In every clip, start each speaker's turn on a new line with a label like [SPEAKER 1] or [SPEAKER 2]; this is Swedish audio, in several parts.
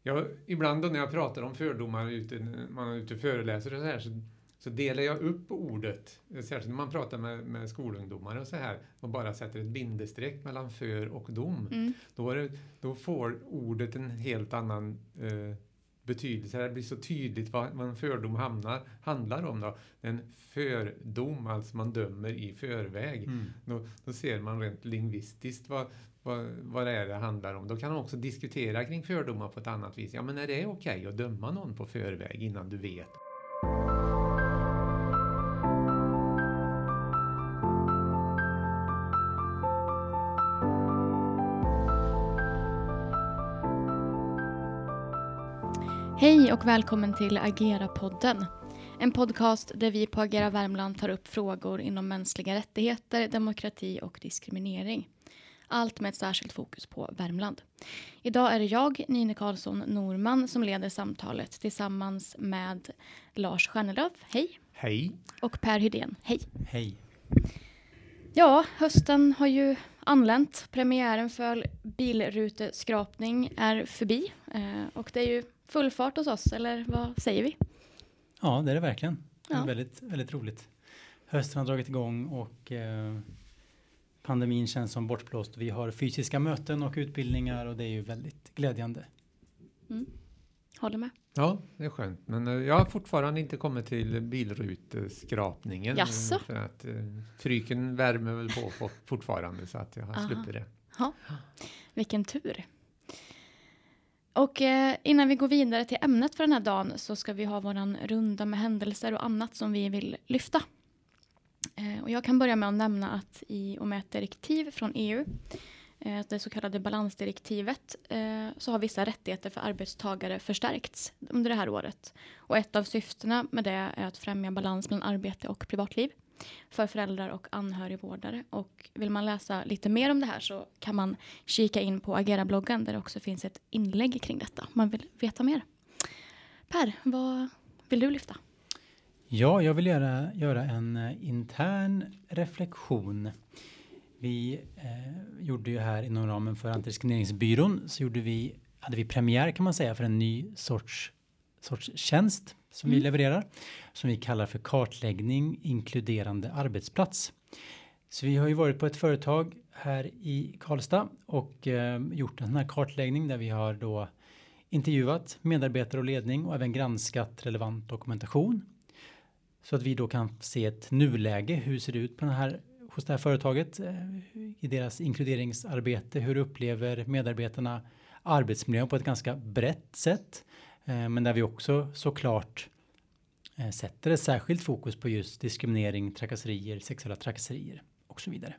[SPEAKER 1] Ibland då när jag pratar om fördomar man är ute och föreläser och så här, så delar jag upp ordet, särskilt när man pratar med skolungdomar och så här, och bara sätter ett bindestreck mellan för och dom. Då får ordet en helt annan betydelse. Det blir så tydligt vad en fördom handlar om. Då. En fördom, alltså man dömer i förväg. Då ser man rent lingvistiskt vad det är det handlar om. Då kan man också diskutera kring fördomar på ett annat vis. Ja, men är det okej att döma någon på förväg innan du vet?
[SPEAKER 2] Hej och välkommen till Agera-podden. En podcast där vi på Agera Värmland tar upp frågor inom mänskliga rättigheter, demokrati och diskriminering. Allt med ett särskilt fokus på Värmland. Idag är det jag, Nine Karlsson Norman, som leder samtalet tillsammans med Lars Stjärnelöv. Hej.
[SPEAKER 1] Hej.
[SPEAKER 2] Och Per Hydén. Hej.
[SPEAKER 3] Hej.
[SPEAKER 2] Ja, hösten har ju anlänt. Premiären för bilruteskrapning är förbi. Och det är ju full fart hos oss, eller vad säger vi?
[SPEAKER 3] Ja, det är det verkligen. Det är
[SPEAKER 2] Ja.
[SPEAKER 3] väldigt, väldigt roligt. Hösten har dragit igång och pandemin känns som bortblåst. Vi har fysiska möten och utbildningar och det är ju väldigt glädjande.
[SPEAKER 2] Håller med.
[SPEAKER 1] Ja, det är skönt. Men jag har fortfarande inte kommit till bilruteskrapningen.
[SPEAKER 2] Jaså?
[SPEAKER 1] För att fryken värmer väl på fortfarande så att jag har sluppit det.
[SPEAKER 2] Ja, vilken tur. Och innan vi går vidare till ämnet för den här dagen så ska vi ha våran runda med händelser och annat som vi vill lyfta. Och jag kan börja med att nämna att i och med ett direktiv från EU, det så kallade balansdirektivet, så har vissa rättigheter för arbetstagare förstärkts under det här året. Och ett av syftena med det är att främja balans mellan arbete och privatliv för föräldrar och anhörigvårdare. Och vill man läsa lite mer om det här så kan man kika in på Agera-bloggen där det också finns ett inlägg kring detta om man vill veta mer. Per, vad vill du lyfta?
[SPEAKER 3] Ja, jag vill göra en intern reflektion. Vi gjorde ju här inom ramen för Antidiskrimineringsbyrån så hade vi premiär kan man säga för en ny sorts tjänst som vi levererar. Som vi kallar för kartläggning inkluderande arbetsplats. Så vi har ju varit på ett företag här i Karlstad och gjort en sån här kartläggning där vi har då intervjuat medarbetare och ledning och även granskat relevant dokumentation. Så att vi då kan se ett nuläge, hur ser det ut hos det här företaget i deras inkluderingsarbete, hur upplever medarbetarna arbetsmiljön på ett ganska brett sätt. Men där vi också såklart sätter ett särskilt fokus på just diskriminering, trakasserier, sexuella trakasserier och så vidare.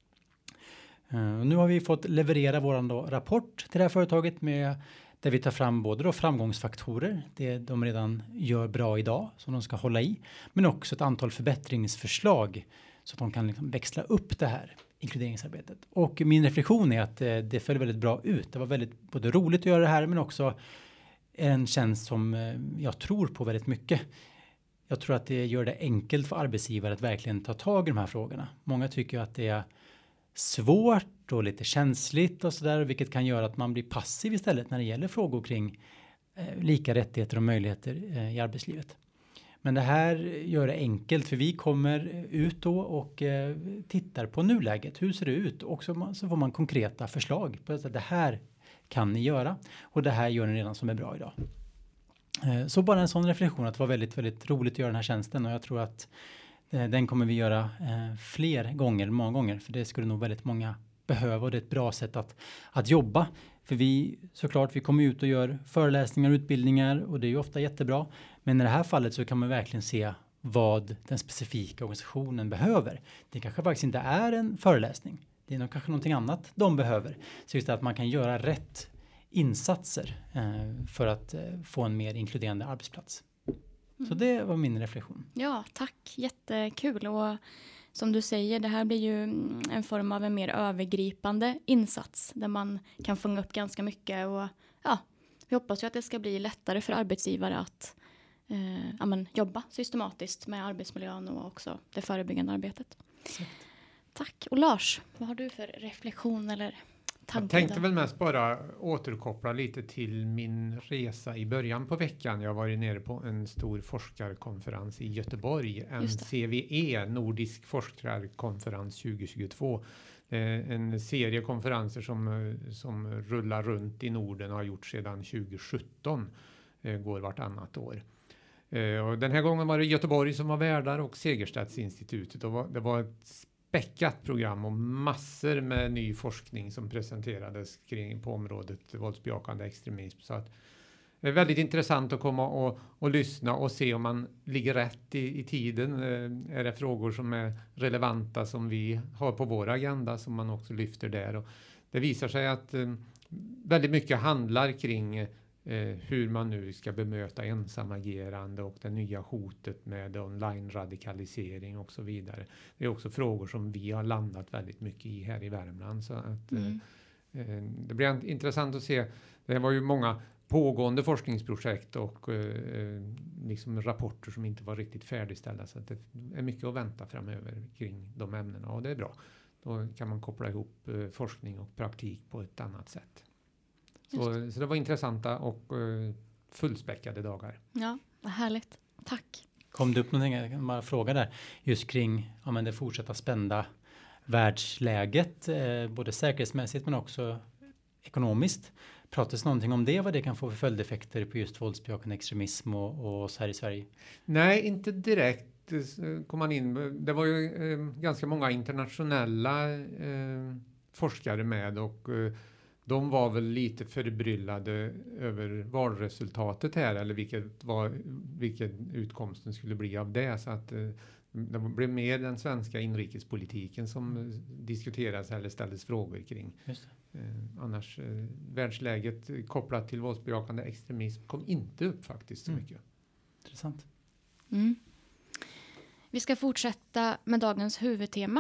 [SPEAKER 3] Nu har vi fått leverera vår rapport till det här företaget där vi tar fram både då framgångsfaktorer, det de redan gör bra idag som de ska hålla i, men också ett antal förbättringsförslag så att de kan liksom växla upp det här inkluderingsarbetet. Och min reflektion är att det föll väldigt bra ut. Det var väldigt både roligt att göra det här men också en tjänst som jag tror på väldigt mycket. Jag tror att det gör det enkelt för arbetsgivare att verkligen ta tag i de här frågorna. Många tycker att det är svårt och lite känsligt och sådär, vilket kan göra att man blir passiv istället när det gäller frågor kring lika rättigheter och möjligheter i arbetslivet. Men det här gör det enkelt för vi kommer ut då och tittar på nuläget. Hur ser det ut? Och så får man konkreta förslag på att det här kan ni göra och det här gör ni redan som är bra idag. Så bara en sån reflektion att det var väldigt, väldigt roligt att göra den här tjänsten och jag tror att den kommer vi göra många gånger för det skulle nog väldigt många behöva och det är ett bra sätt att jobba. För vi kommer ut och gör föreläsningar och utbildningar och det är ju ofta jättebra. Men i det här fallet så kan man verkligen se vad den specifika organisationen behöver. Det kanske faktiskt inte är en föreläsning. Det är nog kanske någonting annat de behöver. Så just det att man kan göra rätt insatser för att få en mer inkluderande arbetsplats. Så det var min reflektion.
[SPEAKER 2] Ja, tack. Jättekul. Och som du säger, det här blir ju en form av en mer övergripande insats där man kan fånga upp ganska mycket. Och ja, vi hoppas ju att det ska bli lättare för arbetsgivare att jobba systematiskt med arbetsmiljön och också det förebyggande arbetet.
[SPEAKER 3] Exakt.
[SPEAKER 2] Tack. Och Lars, vad har du för reflektion eller
[SPEAKER 1] Jag tänkte väl mest bara återkoppla lite till min resa i början på veckan. Jag var ju nere på en stor forskarkonferens i Göteborg, NCVE, Nordisk forskarkonferens 2022. En serie konferenser som rullar runt i Norden och har gjort sedan 2017, går vartannat år. Och den här gången var det Göteborg som var värdar och Segerstedtinstitutet. Det var ett späckat program och massor med ny forskning som presenterades på området våldsbejakande extremism. Så att det är väldigt intressant att komma och lyssna och se om man ligger rätt i tiden. Är det frågor som är relevanta som vi har på vår agenda som man också lyfter där. Och det visar sig att väldigt mycket handlar kring hur man nu ska bemöta ensamagerande och det nya hotet med online-radikalisering och så vidare. Det är också frågor som vi har landat väldigt mycket i här i Värmland. Så att, det blir intressant att se. Det var ju många pågående forskningsprojekt och liksom rapporter som inte var riktigt färdigställda. Så att det är mycket att vänta framöver kring de ämnena och det är bra. Då kan man koppla ihop forskning och praktik på ett annat sätt. Så det var intressanta och fullspäckade dagar.
[SPEAKER 2] Ja, vad härligt. Tack.
[SPEAKER 3] Kom det upp någonting, jag kan bara fråga där, just kring det fortsatta spända världsläget, både säkerhetsmässigt men också ekonomiskt. Pratas någonting om det, vad det kan få för följdeffekter på just våldsbejakande extremism och så här i Sverige?
[SPEAKER 1] Nej, inte direkt kom man in. Det var ju ganska många internationella forskare med och de var väl lite förbryllade över valresultatet här eller vilken utkomsten skulle bli av det. Så att det blev mer den svenska inrikespolitiken som diskuterades eller ställdes frågor kring.
[SPEAKER 3] Just det.
[SPEAKER 1] Annars världsläget kopplat till våldsbejakande extremism kom inte upp faktiskt så mycket.
[SPEAKER 3] Intressant.
[SPEAKER 2] Vi ska fortsätta med dagens huvudtema.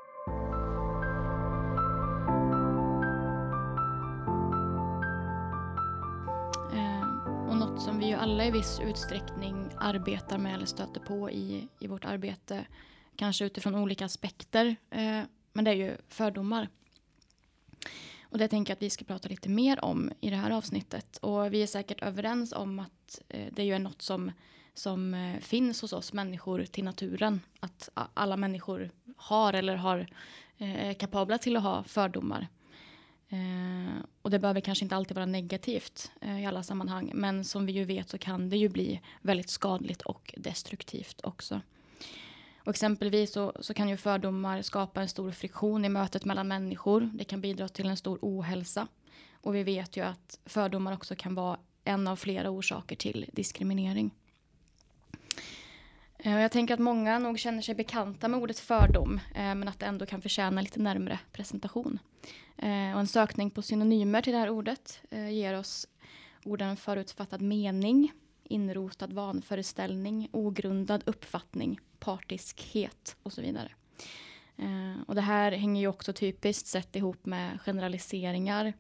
[SPEAKER 2] Och något som vi ju alla i viss utsträckning arbetar med eller stöter på i vårt arbete, kanske utifrån olika aspekter, men det är ju fördomar. Och det tänker jag att vi ska prata lite mer om i det här avsnittet. Och vi är säkert överens om att det ju är något som finns hos oss människor till naturen. Att alla människor har eller är kapabla till att ha fördomar. Och det behöver kanske inte alltid vara negativt i alla sammanhang. Men som vi ju vet så kan det ju bli väldigt skadligt och destruktivt också. Och exempelvis så kan ju fördomar skapa en stor friktion i mötet mellan människor. Det kan bidra till en stor ohälsa. Och vi vet ju att fördomar också kan vara en av flera orsaker till diskriminering. Jag tänker att många nog känner sig bekanta med ordet fördom, men att det ändå kan förtjäna lite närmare presentation. Och en sökning på synonymer till det här ordet ger oss orden förutfattad mening, inrotad vanföreställning, ogrundad uppfattning, partiskhet och så vidare. Och det här hänger ju också typiskt sett ihop med generaliseringar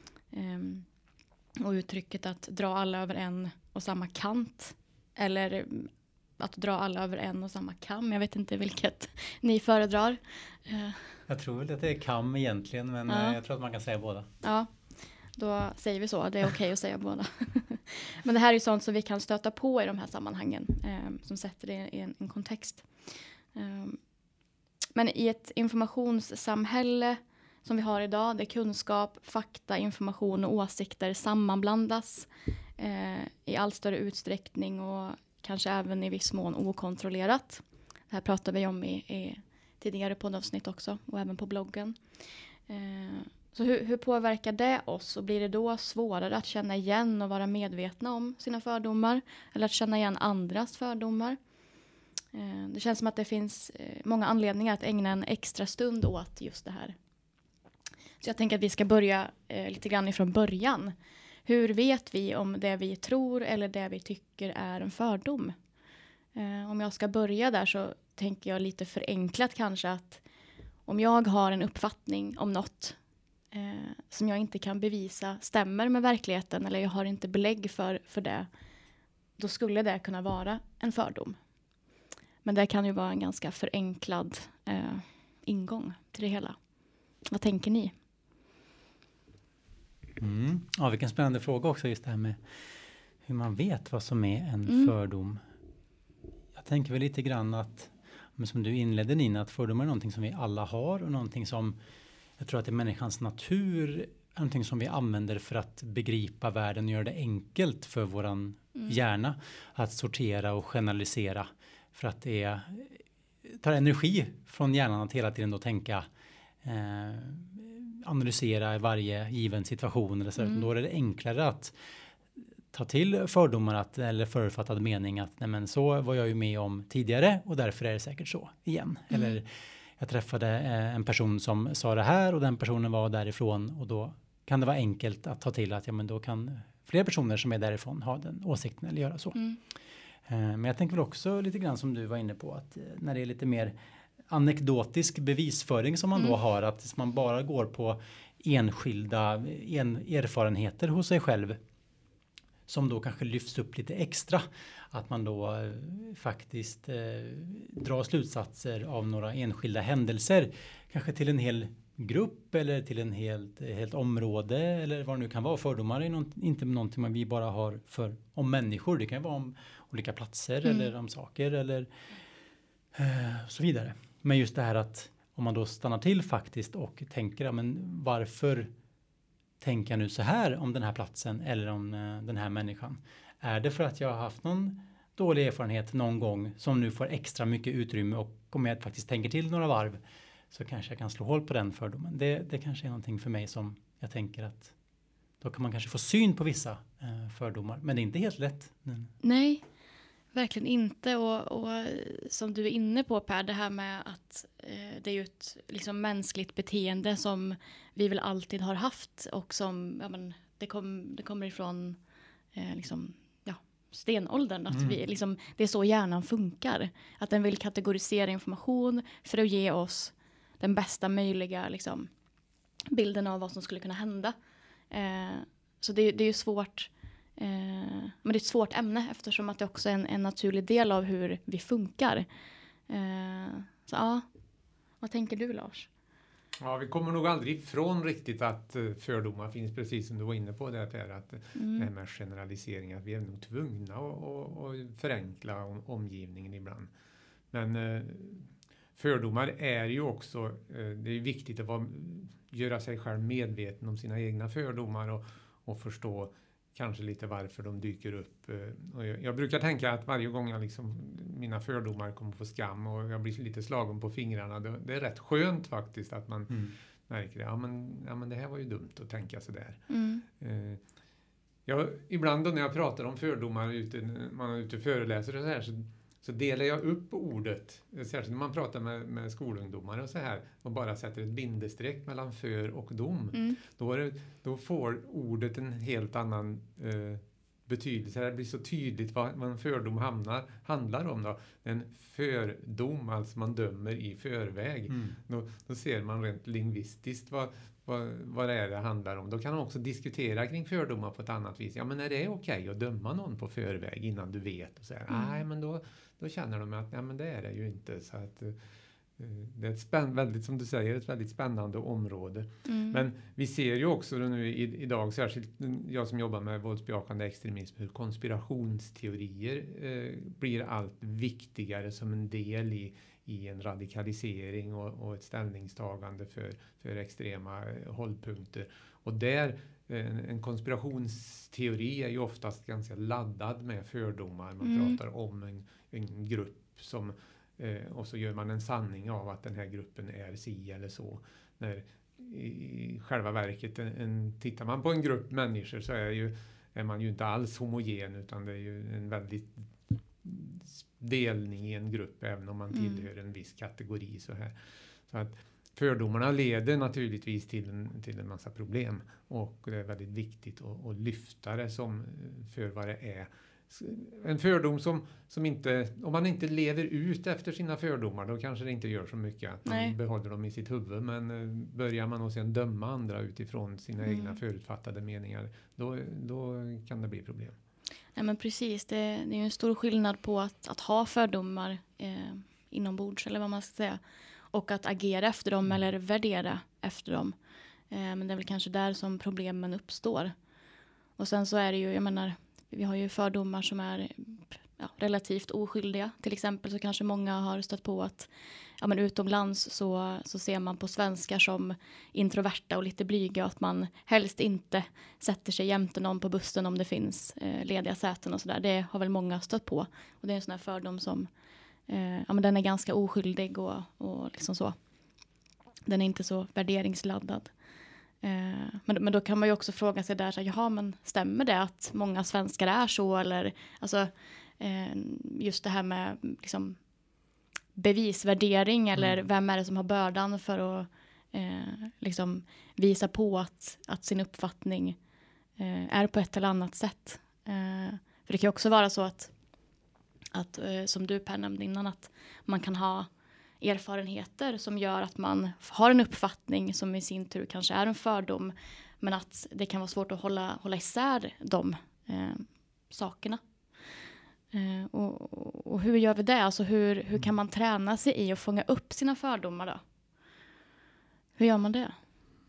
[SPEAKER 2] och uttrycket att dra alla över en och samma kant eller att dra alla över en och samma kam. Jag vet inte vilket ni föredrar.
[SPEAKER 3] Jag tror väl att det är kam egentligen, men jag tror att man kan säga båda.
[SPEAKER 2] Ja, då säger vi så. Det är okej att säga båda. Men det här är ju sånt som vi kan stöta på i de här sammanhangen som sätter det i en kontext. Men i ett informationssamhälle som vi har idag, där kunskap, fakta, information och åsikter sammanblandas i allt större utsträckning och kanske även i viss mån okontrollerat. Det här pratar vi om i tidigare poddavsnitt också och även på bloggen. Så hur påverkar det oss och blir det då svårare att känna igen och vara medvetna om sina fördomar eller att känna igen andras fördomar? Det känns som att det finns många anledningar att ägna en extra stund åt just det här. Så jag tänker att vi ska börja lite grann ifrån början. Hur vet vi om det vi tror eller det vi tycker är en fördom? Om jag ska börja där så tänker jag lite förenklat kanske att om jag har en uppfattning om något som jag inte kan bevisa stämmer med verkligheten eller jag har inte belägg för det, då skulle det kunna vara en fördom. Men det kan ju vara en ganska förenklad ingång till det hela. Vad tänker ni?
[SPEAKER 3] Ja, vilken spännande fråga också, just det här med hur man vet vad som är en fördom. Jag tänker väl lite grann att, men som du inledde Nina, att fördomar är någonting som vi alla har och någonting som jag tror att det är människans natur, någonting som vi använder för att begripa världen och göra det enkelt för våran hjärna att sortera och generalisera, för att det tar energi från hjärnan att hela tiden då tänka, analysera varje given situation eller så. Då är det enklare att ta till fördomar eller förutfattad mening att nej, men så var jag ju med om tidigare och därför är det säkert så igen. Eller jag träffade en person som sa det här och den personen var därifrån, och då kan det vara enkelt att ta till att ja, men då kan fler personer som är därifrån ha den åsikten eller göra så. Men jag tänker väl också lite grann som du var inne på, att när det är lite mer anekdotisk bevisföring som man då har, att man bara går på enskilda erfarenheter hos sig själv som då kanske lyfts upp lite extra, att man då faktiskt drar slutsatser av några enskilda händelser, kanske till en hel grupp eller till en helt område eller vad det nu kan vara. Fördomar är inte någonting man vi bara har om människor, det kan vara om olika platser eller om saker eller så vidare. Men just det här att om man då stannar till faktiskt och tänker, ja, men varför tänker jag nu så här om den här platsen eller om den här människan? Är det för att jag har haft någon dålig erfarenhet någon gång som nu får extra mycket utrymme, och om jag faktiskt tänker till några varv så kanske jag kan slå hål på den fördomen. Det kanske är någonting för mig som jag tänker att då kan man kanske få syn på vissa fördomar. Men det är inte helt lätt.
[SPEAKER 2] Nej, verkligen inte. Och som du är inne på, Per, det här med att det är ju ett liksom mänskligt beteende som vi väl alltid har haft, och som det kommer ifrån liksom, stenåldern. Att vi, liksom, det är så hjärnan funkar. Att den vill kategorisera information för att ge oss den bästa möjliga liksom, bilden av vad som skulle kunna hända. Så det är ju svårt. Men det är ett svårt ämne eftersom att det också är en naturlig del av hur vi funkar. Så ja, vad tänker du, Lars?
[SPEAKER 1] Ja, vi kommer nog aldrig ifrån riktigt att fördomar finns, precis som du var inne på det, Per, att det här med generaliseringar, vi är nog tvungna att förenkla omgivningen ibland. Men fördomar är ju också, det är viktigt att göra sig själv medveten om sina egna fördomar och förstå kanske lite varför de dyker upp. Och jag brukar tänka att varje gång mina fördomar kommer på skam och jag blir lite slagen på fingrarna, det är rätt skönt faktiskt att man märker det. Ja men det här var ju dumt att tänka sådär. Ibland då när jag pratar om fördomar man är ute och föreläser och så här, så delar jag upp ordet, särskilt när man pratar med skolungdomar och så här, och bara sätter ett bindestreck mellan för och dom. Då får ordet en helt annan betydelse. Det blir så tydligt vad en fördom handlar om. Då. En fördom, alltså man dömer i förväg. Då ser man rent lingvistiskt vad det är det handlar om. Då kan man också diskutera kring fördomar på ett annat vis. Ja, men är det okej att döma någon på förväg innan du vet? Och säga, nej, men då känner de att ja, men det är det ju inte. Så att, det är ett väldigt, som du säger, ett väldigt spännande område. Men vi ser ju också nu idag, särskilt jag som jobbar med våldsbejakande extremism, hur konspirationsteorier blir allt viktigare som en del i en radikalisering och ett ställningstagande för extrema hållpunkter. Och där en konspirationsteori är ju oftast ganska laddad med fördomar. Man pratar om en grupp som och så gör man en sanning av att den här gruppen är si eller så. När i själva verket tittar man på en grupp människor så är man ju inte alls homogen, utan det är ju en väldigt delning i en grupp även om man tillhör en viss kategori så här. Så att fördomarna leder naturligtvis till en massa problem, och det är väldigt viktigt att lyfta det som för vad det är. En fördom som inte, om man inte lever ut efter sina fördomar, då kanske det inte gör så mycket att man behåller dem i sitt huvud, men börjar man och sen döma andra utifrån sina egna förutfattade meningar, då kan det bli problem.
[SPEAKER 2] Nej, men precis, det är ju en stor skillnad på att ha fördomar inombords, eller vad man ska säga, och att agera efter dem eller värdera efter dem. Men det är väl kanske där som problemen uppstår. Och sen så är det ju, jag menar, vi har ju fördomar som är relativt oskyldiga. Till exempel så kanske många har stött på att utomlands så ser man på svenskar som introverta och lite blyga, och att man helst inte sätter sig jämte någon på bussen om det finns lediga säten och sådär. Det har väl många stött på. Och det är en sån här fördom som den är ganska oskyldig och liksom så. Den är inte så värderingsladdad. Men då kan man ju också fråga sig där, så här, jaha, men stämmer det att många svenskar är så? Eller alltså just det här med liksom bevisvärdering, eller vem är det som har bördan för att liksom visa på att sin uppfattning är på ett eller annat sätt. För det kan ju också vara så att som du Per nämnde innan, att man kan ha erfarenheter som gör att man har en uppfattning som i sin tur kanske är en fördom, men att det kan vara svårt att hålla isär de sakerna. Och hur gör vi det? Alltså hur kan man träna sig i att fånga upp sina fördomar då? Hur gör man det?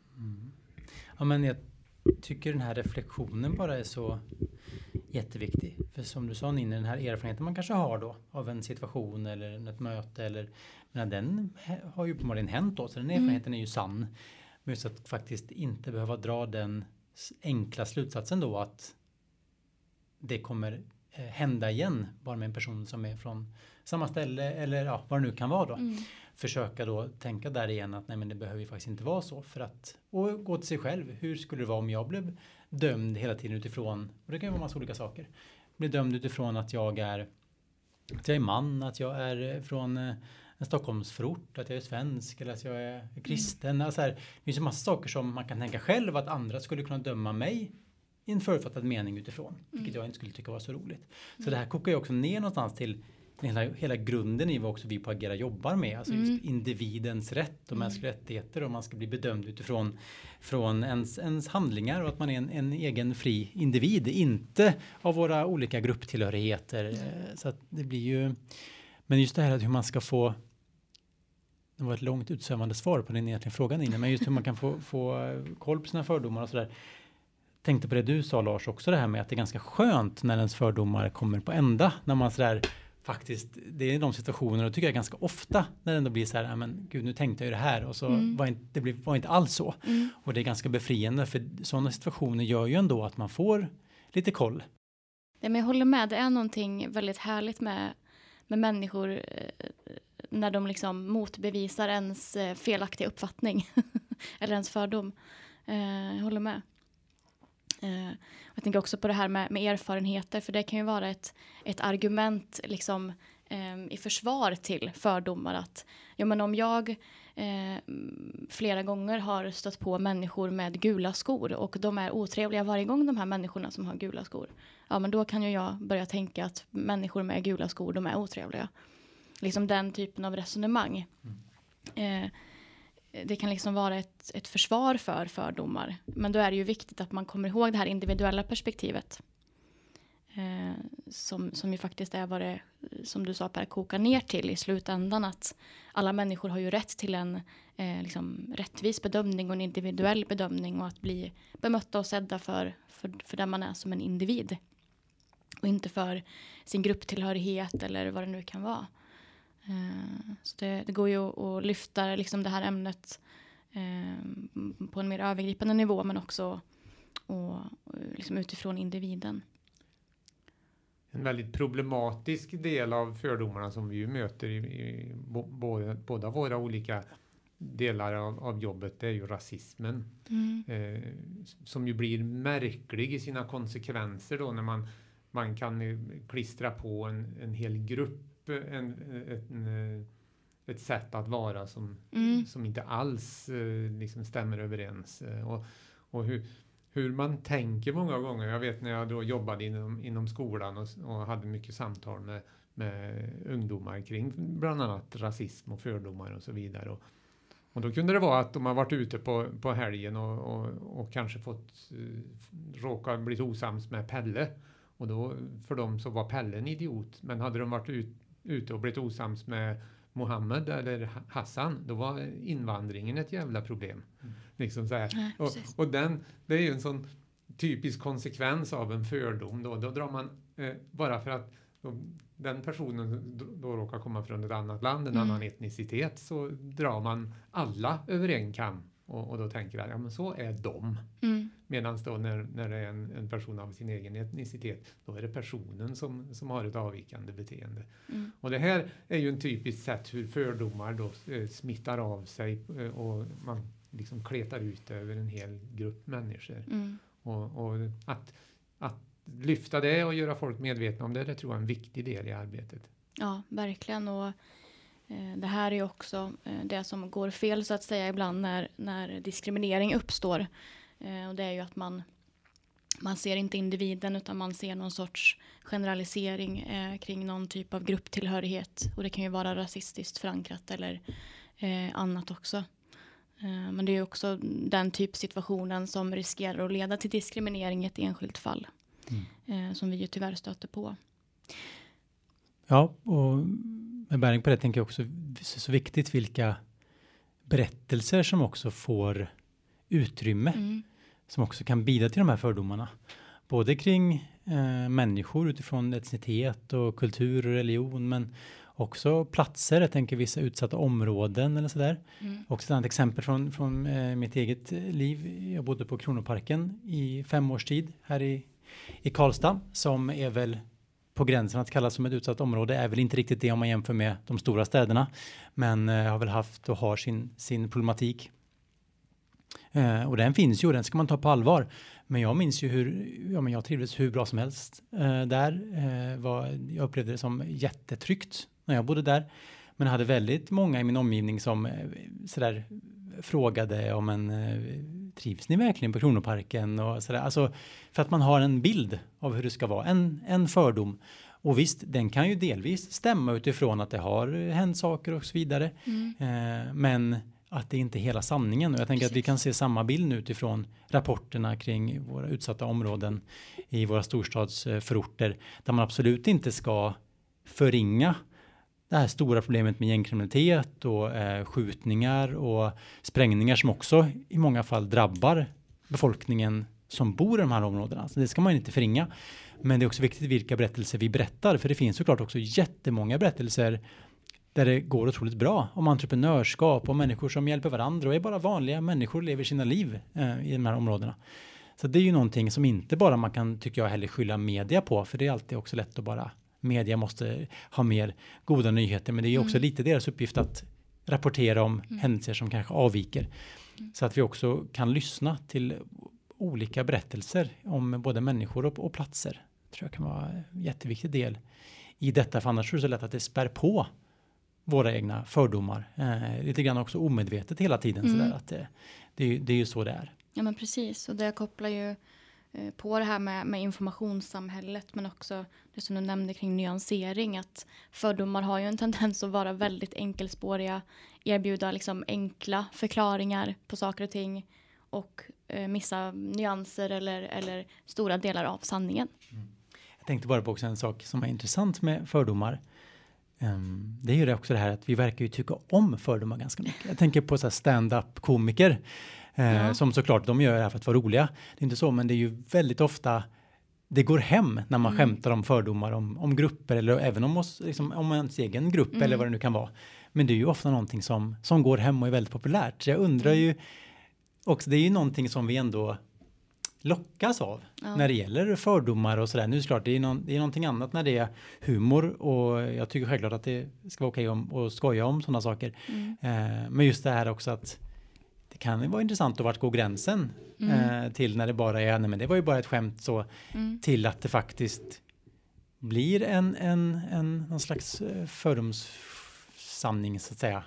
[SPEAKER 3] Ja, men jag tycker den här reflektionen bara är så jätteviktig. För som du sa, Nina, den här erfarenheten man kanske har då av en situation eller ett möte, eller men den har ju uppenbarligen hänt då, så den erfarenheten är ju sann. Men just att faktiskt inte behöva dra den enkla slutsatsen då att det kommer hända igen bara med en person som är från samma ställe, eller vad det nu kan vara då. Försöka då tänka där igen att nej, men det behöver ju faktiskt inte vara så, för att, och gå till sig själv. Hur skulle det vara om jag blev dömd hela tiden utifrån, och det kan ju vara massa olika saker. Bli dömd utifrån att jag är man, att jag är från en Stockholmsförort, att jag är svensk, eller att jag är kristen. Alltså här, det finns ju massa saker som man kan tänka själv att andra skulle kunna döma mig i en förutfattad mening utifrån, vilket jag inte skulle tycka var så roligt. Så det här kokar ju också ner någonstans till hela grunden i vad också vi på Agera jobbar med. Alltså just individens rätt och mänskliga rättigheter, och man ska bli bedömd utifrån ens handlingar, och att man är en egen fri individ, inte av våra olika grupptillhörigheter. Så att det blir ju, men just det här att hur man ska få, det var ett långt utsvävande svar på den egentligen frågan innan, men just hur man kan få koll på sina fördomar och sådär. Tänkte på det du sa, Lars, också det här med att det är ganska skönt när ens fördomar kommer på ända, när man sådär faktiskt, det är de situationer, och tycker jag ganska ofta när det ändå blir så här, men gud, nu tänkte jag ju det här, och så var inte alls så. Och det är ganska befriande, för sådana situationer gör ju ändå att man får lite koll.
[SPEAKER 2] Ja, men jag håller med, det är någonting väldigt härligt med människor när de liksom motbevisar ens felaktiga uppfattning eller ens fördom. Jag håller med. Jag tänker också på det här med erfarenheter, för det kan ju vara ett argument liksom, i försvar till fördomar, att men om jag flera gånger har stött på människor med gula skor, och de är otrevliga varje gång, de här människorna som har gula skor, men då kan ju jag börja tänka att människor med gula skor, de är otrevliga. Liksom den typen av resonemang. Det kan liksom vara ett försvar för fördomar. Men då är det ju viktigt att man kommer ihåg det här individuella perspektivet. Som ju faktiskt är vad det, som du sa Per, kokar ner till i slutändan. Att alla människor har ju rätt till en liksom rättvis bedömning och en individuell bedömning. Och att bli bemötta och sedda för den man är som en individ. Och inte för sin grupptillhörighet eller vad det nu kan vara. Så det går ju att lyfta liksom det här ämnet på en mer övergripande nivå, men också och liksom utifrån individen.
[SPEAKER 1] En väldigt problematisk del av fördomarna som vi ju möter i båda våra olika delar av jobbet, det är ju rasismen. Som ju blir märklig i sina konsekvenser då, när man kan klistra på en hel grupp ett sätt att vara som inte alls liksom stämmer överens. Och hur man tänker många gånger. Jag vet när jag då jobbade inom skolan och hade mycket samtal med ungdomar kring bland annat rasism och fördomar och så vidare. Och då kunde det vara att de har varit ute på helgen och kanske råkat bli osams med Pelle. Och då för dem så var Pelle en idiot. Men hade de varit ute och blivit osams med Mohammed eller Hassan, då var invandringen ett jävla problem. Liksom så här.
[SPEAKER 2] Nej,
[SPEAKER 1] Och det är ju en sån typisk konsekvens av en fördom. Då drar man, bara för att den personen då råkar komma från ett annat land, en annan etnicitet, så drar man alla över en kam. Och då tänker jag, ja men så är de. Medan då när det är en person av sin egen etnicitet, då är det personen som har ett avvikande beteende. Och det här är ju en typisk sätt hur fördomar då smittar av sig och man liksom kletar ut över en hel grupp människor. Och att lyfta det och göra folk medvetna om det tror jag är en viktig del i arbetet.
[SPEAKER 2] Ja, verkligen. Och det här är ju också det som går fel så att säga ibland när diskriminering uppstår. Och det är ju att man ser inte individen utan man ser någon sorts generalisering kring någon typ av grupptillhörighet. Och det kan ju vara rasistiskt förankrat eller annat också. Men det är ju också den typ situationen som riskerar att leda till diskriminering i ett enskilt fall. Som vi ju tyvärr stöter på.
[SPEAKER 3] Ja, och med bäring på det tänker jag också så viktigt vilka berättelser som också får utrymme. Som också kan bidra till de här fördomarna. Både kring människor utifrån etnicitet och kultur och religion, men också platser, jag tänker vissa utsatta områden eller sådär. Också ett annat exempel från mitt eget liv. Jag bodde på Kronoparken i 5 års tid här i Karlstad, som är väl på gränsen att kallas som ett utsatt område, är väl inte riktigt det om man jämför med de stora städerna, men har väl haft och har sin problematik. Och den finns ju och den ska man ta på allvar. Men jag minns ju jag trivdes hur bra som helst där. Jag upplevde det som jättetryggt när jag bodde där. Men jag hade väldigt många i min omgivning som sådär frågade om trivs ni verkligen på Kronoparken och sådär. Alltså för att man har en bild av hur det ska vara, en fördom. Och visst, den kan ju delvis stämma utifrån att det har hänt saker och så vidare. Men att det inte är hela sanningen. Och jag tänker att vi kan se samma bild nu utifrån rapporterna kring våra utsatta områden i våra storstadsförorter. Där man absolut inte ska förringa det här stora problemet med gängkriminalitet och skjutningar och sprängningar som också i många fall drabbar befolkningen som bor i de här områdena. Så det ska man inte förringa. Men det är också viktigt vilka berättelser vi berättar. För det finns såklart också jättemånga berättelser där det går otroligt bra om entreprenörskap och människor som hjälper varandra och är bara vanliga människor och lever sina liv i de här områdena. Så det är ju någonting som inte bara man kan, tycker jag, heller skylla media på, för det är alltid också lätt att bara media måste ha mer goda nyheter, men det är ju också lite deras uppgift att rapportera om händelser som kanske avviker. Så att vi också kan lyssna till olika berättelser om både människor och platser. Det tror jag kan vara en jätteviktig del i detta, för annars är det så lätt att det spär på våra egna fördomar. Lite grann också omedvetet hela tiden. Så där, att det är ju så det är. Ja,
[SPEAKER 2] men precis. Och det kopplar ju på det här med informationssamhället, men också det som du nämnde kring nyansering, att fördomar har ju en tendens att vara väldigt enkelspåriga, erbjuda liksom enkla förklaringar på saker och ting och missa nyanser eller stora delar av sanningen.
[SPEAKER 3] Jag tänkte bara på också en sak som är intressant med fördomar. Det är ju också det här att vi verkar ju tycka om fördomar ganska mycket. Jag tänker på så här stand-up komiker som såklart de gör det här för att vara roliga. Det är inte så, men det är ju väldigt ofta det går hem när man skämtar om fördomar om grupper eller även om oss, liksom, om ens egen grupp eller vad det nu kan vara. Men det är ju ofta någonting som går hem och är väldigt populärt. Så jag undrar ju också, det är ju någonting som vi ändå lockas av när det gäller fördomar och sådär. Nu är det klart, det är någonting annat när det är humor, och jag tycker självklart att det ska vara okej att skoja om sådana saker. Men just det här också att det kan vara intressant att vart går gränsen till när det bara är, nej men det var ju bara ett skämt så, till att det faktiskt blir någon slags fördomssanning så att säga.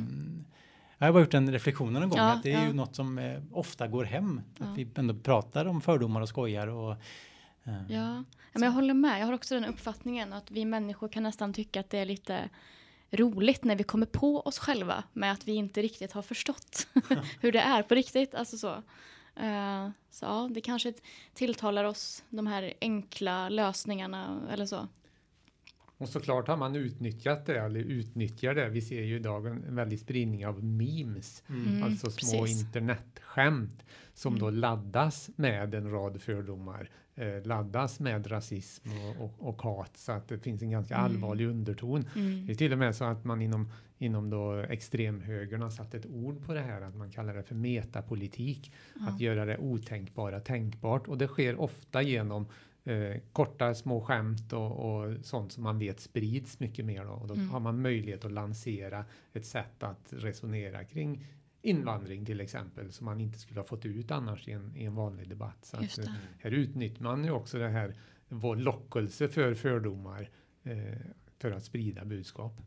[SPEAKER 3] Jag har bara gjort en reflektion någon gång att det är ju något som ofta går hem. Att vi ändå pratar om fördomar och skojar. Och,
[SPEAKER 2] Ja, men jag håller med. Jag har också den uppfattningen att vi människor kan nästan tycka att det är lite roligt när vi kommer på oss själva med att vi inte riktigt har förstått hur det är på riktigt. Alltså så. Så ja, det kanske tilltalar oss, de här enkla lösningarna eller så.
[SPEAKER 1] Och såklart har man utnyttjat det eller utnyttjar det. Vi ser ju idag en väldig spridning av memes, alltså små internetskämt som då laddas med en rad fördomar, laddas med rasism och hat, så att det finns en ganska allvarlig underton. Det är till och med så att man inom då extremhögern har satt ett ord på det här, att man kallar det för metapolitik, att göra det otänkbara tänkbart, och det sker ofta genom korta små skämt och sånt som man vet sprids mycket mer då. Och då har man möjlighet att lansera ett sätt att resonera kring invandring till exempel, som man inte skulle ha fått ut annars i en vanlig debatt. Så att, här utnyttjar man ju också det här, vår lockelse för fördomar för att sprida budskap.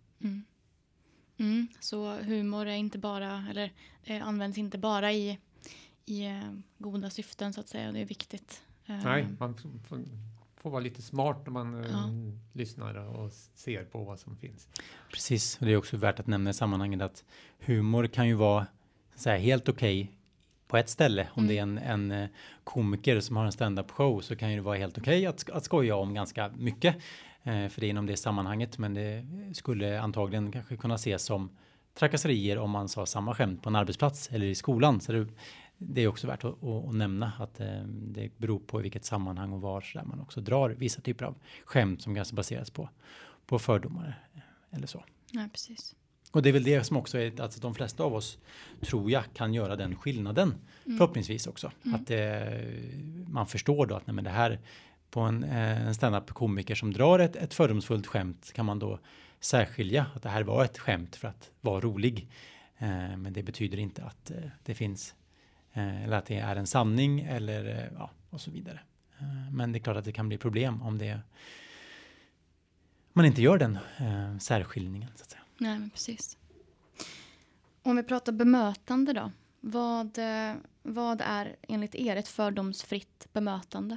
[SPEAKER 2] Så humor är inte bara, eller används inte bara i goda syften så att säga, det är viktigt.
[SPEAKER 1] Nej, man får vara lite smart när man lyssnar och ser på vad som finns.
[SPEAKER 3] Precis, och det är också värt att nämna i sammanhanget att humor kan ju vara så här, helt okej på ett ställe. Om det är en komiker som har en stand-up show, så kan ju det vara helt okej att skoja om ganska mycket. För det är inom det sammanhanget, men det skulle antagligen kanske kunna ses som trakasserier om man sa samma skämt på en arbetsplats eller i skolan. Så det är också värt att nämna att det beror på i vilket sammanhang och var så där man också drar vissa typer av skämt som kanske baseras på fördomar eller så.
[SPEAKER 2] Ja, precis.
[SPEAKER 3] Och det är väl det som också är att de flesta av oss, tror jag, kan göra den skillnaden förhoppningsvis också. Att man förstår då att nej, men det här på en stand-up-komiker som drar ett fördomsfullt skämt, kan man då särskilja att det här var ett skämt för att vara rolig. Men det betyder inte att det finns eller att det är en sanning eller och så vidare. Men det är klart att det kan bli problem om man inte gör den särskiljningen så att säga.
[SPEAKER 2] Nej, men precis. Om vi pratar bemötande då. Vad är enligt er ett fördomsfritt bemötande?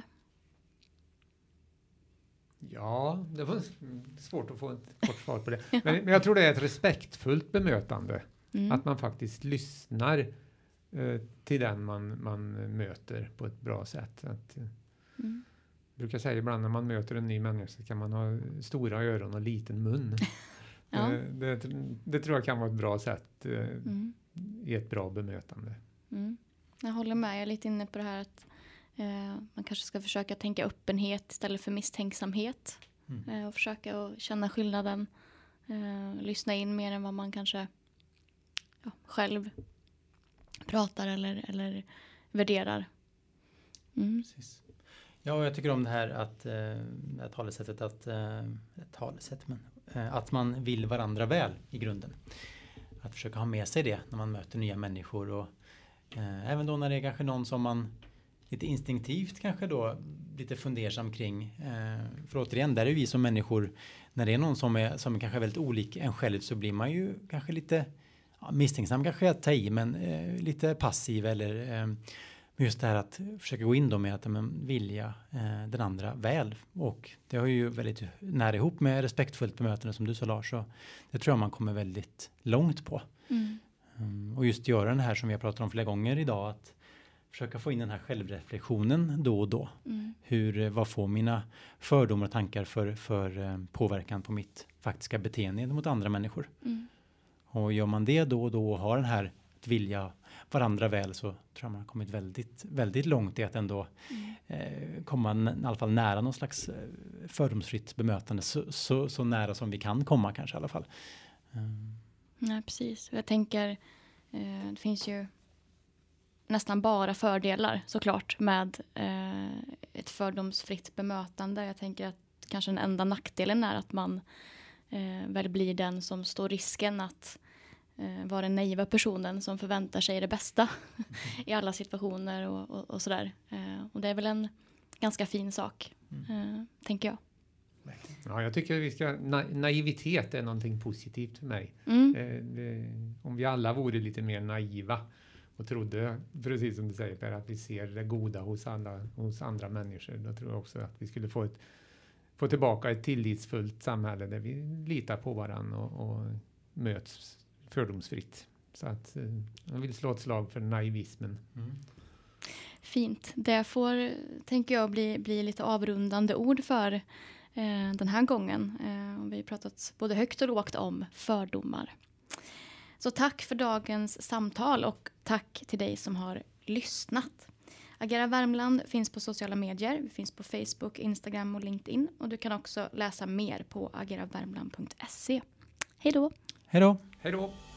[SPEAKER 1] Ja, det var svårt att få ett kort svar på det. Men jag tror det är ett respektfullt bemötande. Att man faktiskt lyssnar till den man möter på ett bra sätt. Jag brukar säga ibland när man möter en ny människa så kan man ha stora öron och liten mun. Det tror jag kan vara ett bra sätt i ett bra bemötande.
[SPEAKER 2] Jag håller med, jag är lite inne på det här att man kanske ska försöka tänka öppenhet istället för misstänksamhet. Och försöka att känna skillnaden. Lyssna in mer än vad man kanske själv pratar eller värderar.
[SPEAKER 3] Precis. Ja, och jag tycker om det här att talesättet att man vill varandra väl i grunden. Att försöka ha med sig det när man möter nya människor, och även då när det är kanske någon som man lite instinktivt kanske då lite fundersam kring. För återigen, där är vi som människor, när det är någon som är kanske väldigt olik en själv, så blir man ju kanske lite misstänksam, kanske att ta i, men lite passiv, eller just det här att försöka gå in då med att vilja den andra väl. Och det har ju väldigt nära ihop med respektfullt bemötande som du sa, Lars, så det tror jag man kommer väldigt långt på. Och just göra den här som vi har pratat om flera gånger idag, att försöka få in den här självreflektionen då och då. Vad får mina fördomar och tankar för påverkan på mitt faktiska beteende mot andra människor? Och gör man det då och då och har den här att vilja varandra väl, så tror jag man har kommit väldigt, väldigt långt i att ändå komma i alla fall nära någon slags fördomsfritt bemötande, så nära som vi kan komma kanske i alla fall.
[SPEAKER 2] Ja, precis. Jag tänker, det finns ju nästan bara fördelar såklart med ett fördomsfritt bemötande. Jag tänker att kanske den enda nackdelen är att man väl blir den som står risken att vara den naiva personen som förväntar sig det bästa i alla situationer och sådär. Och det är väl en ganska fin sak, tänker jag.
[SPEAKER 1] Ja, jag tycker naivitet är någonting positivt för mig. Om vi alla vore lite mer naiva och trodde, precis som du säger Per, att vi ser det goda hos andra människor, då tror jag också att vi skulle få tillbaka ett tillitsfullt samhälle där vi litar på varandra och möts fördomsfritt. Så att jag vill slå ett slag för naivismen.
[SPEAKER 2] Fint. Det får, tänker jag, bli lite avrundande ord för den här gången. Vi har pratat både högt och lågt om fördomar. Så tack för dagens samtal och tack till dig som har lyssnat. Agera Värmland finns på sociala medier. Vi finns på Facebook, Instagram och LinkedIn. Och du kan också läsa mer på ageravärmland.se. Hej då!
[SPEAKER 3] Hej då!
[SPEAKER 1] Hej då!